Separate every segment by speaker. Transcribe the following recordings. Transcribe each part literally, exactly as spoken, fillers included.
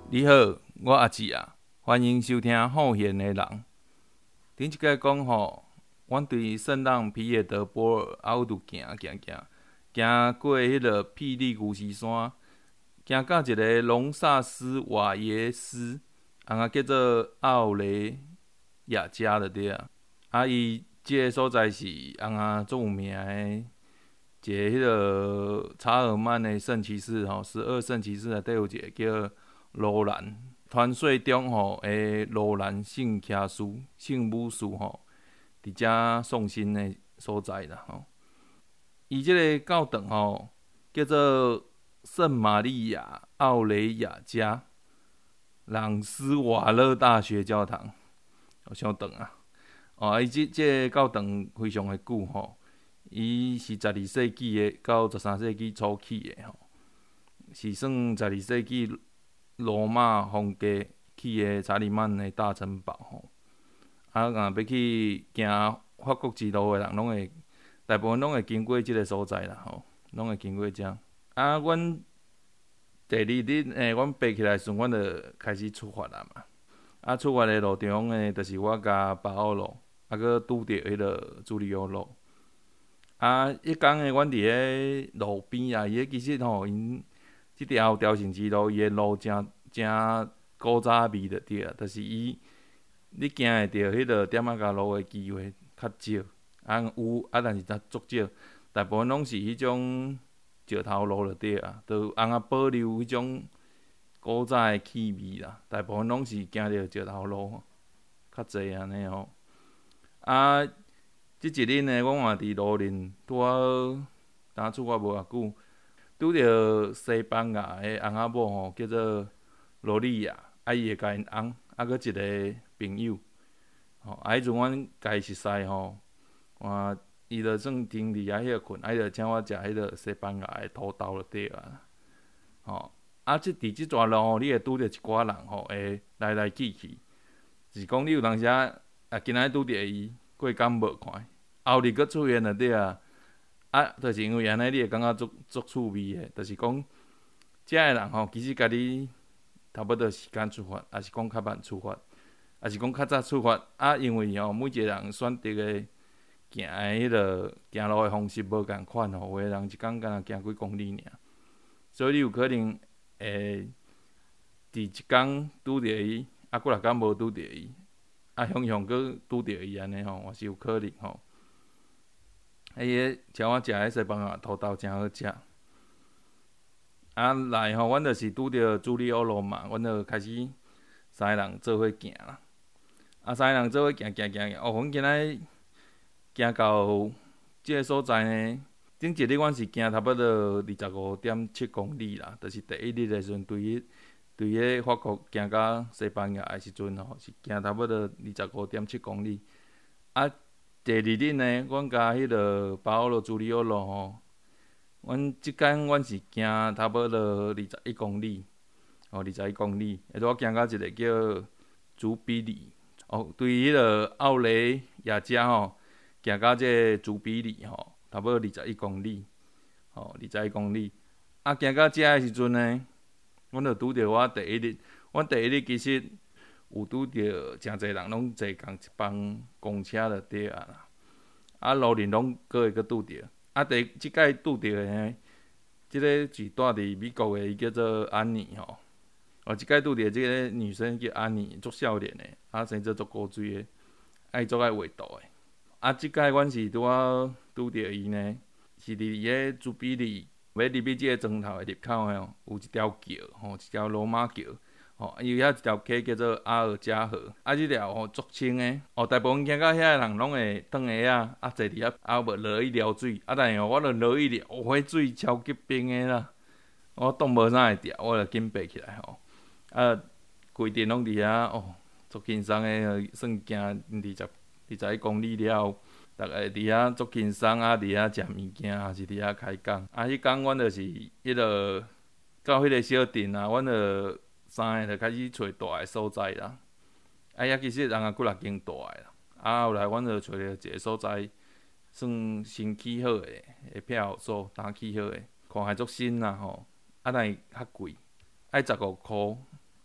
Speaker 1: 你好，我阿姊啊，欢迎收听好闲的人。顶一个讲吼，阮对圣浪皮耶德波尔啊，有拄行行行，行过迄个霹雳古西山，行到一个隆萨斯瓦耶斯，啊个叫做奥雷亚加的对啊。啊，伊即个所在是啊个足有名的。一个迄个查尔曼的圣骑士吼，十二圣骑士内底有一个叫罗兰，传说中吼诶罗兰圣骑士、圣武士吼，伫遮送信的所在啦吼。伊即个教堂吼叫做圣玛利亚奥雷亚加朗斯瓦勒大学教堂，伤长啊！哦，伊即即个教堂非常的久吼。伊是十二世纪的到十三世纪初起的吼，是算十二世纪罗马皇家起的查理曼的大城堡吼。啊，若要去行法国之路的人，拢会大部分拢会经过即个所在啦吼，拢会经过遮。啊，阮第二日诶，阮爬起来时，阮就开始出发啦嘛。啊，出发的路中诶，就是我甲巴奥罗，啊，搁拄着迄个朱利欧路。啊，迄天诶，阮伫咧路边啊，伊迄其实吼，因即条朝圣之路，伊诶路真真古早味着对啊，就是伊你行会着迄个点仔甲路诶机会较少，啊有啊，但是则足少，大部分拢是迄种石头路着对啊，就翁仔保留迄种古早诶气味啦，大部分拢是行着石头路，较济安尼吼，啊。即一日呢，我嘛伫路林拄好，当出发无偌久，拄着西班牙的翁仔某吼，叫做罗莉亚，啊伊会甲因翁，啊搁一个朋友，吼，啊迄阵阮家熟悉吼，哇，伊就算停伫遐迄个困，啊伊就请我食迄个西班牙的土豆就对啊，吼，啊即伫即段路吼，你会拄着一寡人吼，会来来去去，是讲你有当时啊，啊今仔拄着伊。过感无看，后日佫出现了对啊，啊，就是因为安尼，你会感觉足足趣味的，就是讲，遮个人吼，其实家己差不多时间出发，也是讲较慢出发，也是讲较早出发，啊，因为吼，每一个人选择的行的迄个行路的方式无共款吼，有个人一工敢若行几公里尔，所以你有可能会伫一工拄着伊，啊，过六工无拄着伊。啊，向向佫拄着伊安尼吼，也是有可能吼。啊，伊个请我食迄西班牙土豆真好食。啊，来吼，阮就是拄着朱利欧路嘛，阮就开始三个人做伙行啦。啊，三个人做伙行行行行，哦，阮今仔行到即个所在呢，顶一日阮是行差不多二十五点七公里啦，就是第一日的时阵对于。对迄法国行到西班牙的时阵吼，是行差不多二十五点七公里。啊，第二日呢，阮甲迄个巴奥罗朱利奥路吼，阮即间阮是行差不多二十一公里，哦，二十一公里。下拄我行到一个叫朱比里，哦，对迄个奥雷亚加吼，行到这个朱比里吼，差不多二十一公里，哦，二十一公里。啊，行到遮的时阵呢？阮就拄着我第一日，阮第一日其实有拄着诚侪人拢坐共一班公车就对啊啦。啊，路林拢个会阁拄着。啊，第即摆拄着的呢，即、这个是住伫美国的，伊叫做安妮吼。哦，即摆拄着即个女生叫安妮，足少年的，啊，生做足古锥的，爱足爱画图的。啊，即摆阮是拄好拄着伊呢，是伫伊个朱比利。要入去即个庄头的入口吼，有一条桥吼，一条罗马桥吼，伊有遐一条溪叫做阿尔加河，啊，即条吼足清的，哦，大部分行到遐的人拢会转下啊，啊，坐伫遐，啊，无落去撩水，啊，但是吼，我著落去撩，哦，迄水超级冰的啦，我挡无啥会掉，我著紧爬起来吼，啊，规阵拢伫遐，哦，足轻松的，算行二十二十一公里了后。逐个伫遐足轻松啊，伫遐食物件，还是伫遐开讲。啊，迄天阮就是迄落到迄个小镇啊，阮就三个就开始找住的所在啦。啊，遐其实人也几若间住的啦。啊，后来阮就找着一个所在，算新起好的，会票所打起好的，看起来足新啦吼。啊，但是较贵，爱十五箍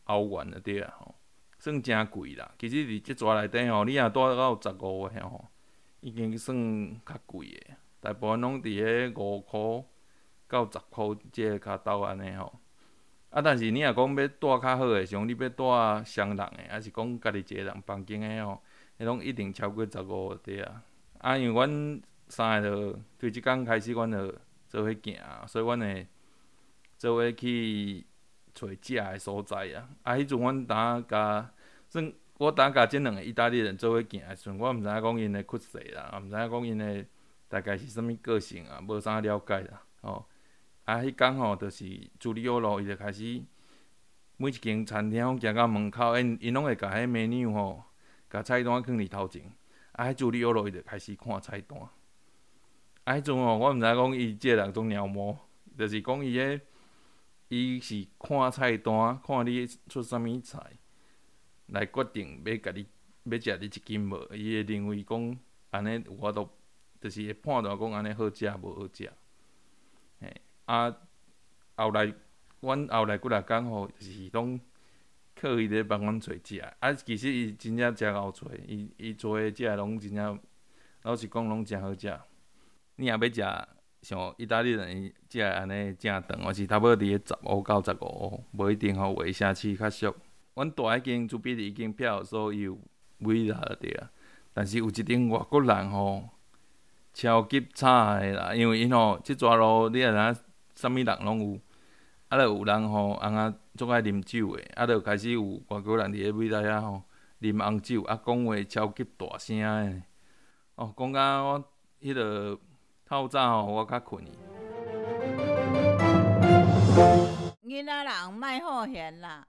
Speaker 1: 欧元就对啊吼，算诚贵啦。其实伫即逝内底吼，你若住到十五个吼，已经算较贵诶。大部分拢伫个五箍到十箍即个骹兜安尼吼。啊，但是你若讲要住较好诶，像你要住双人诶，还是讲家己一个人房间诶吼，迄拢一定超过十五对啊。啊，因为阮三个就对即工开始，阮就做伙行，所以阮会做伙去找食诶所在啊。啊，迄阵阮当甲算我当甲即两个意大利人做伙行诶时阵，我毋知影讲因诶屈势啦，毋知影讲因诶大概是啥物个性啊，无啥了解啦，吼。啊，迄工吼，就是朱利欧路，伊就开始每一间餐厅行到门口，因因拢会甲迄 menu 吼，甲菜单放伫头前。啊，迄朱利欧路伊就开始看菜单。啊，迄阵吼，我毋知影讲伊即个人种鸟毛，就是讲伊迄，伊是看菜单，看你出啥物菜，来决定要甲你要食你一斤无。伊会认为讲安尼有法度，就是会判断讲安尼好食无好食。嘿。啊，后来，阮后来几若工吼，就是拢刻意咧帮阮找食。啊，其实伊真正诚贤找，伊伊做诶食拢真正，老实讲拢诚好食。你若要食像意大利人食安尼正长，或是差不多伫个十五到十五，无一定吼话城市较俗。阮大已经朱比利已经票所有尾啦就对啊，但是有一阵外国人吼超级差诶啦，因为因吼即逝路你若知影。啥物人拢有，啊，著有人吼，翁仔足爱啉酒诶，啊，著开始有外国人伫咧尾仔遐吼啉红酒，啊，讲话超级大声诶，哦，讲甲我迄落透早吼，我较困去。
Speaker 2: 囡仔人莫好闲啦，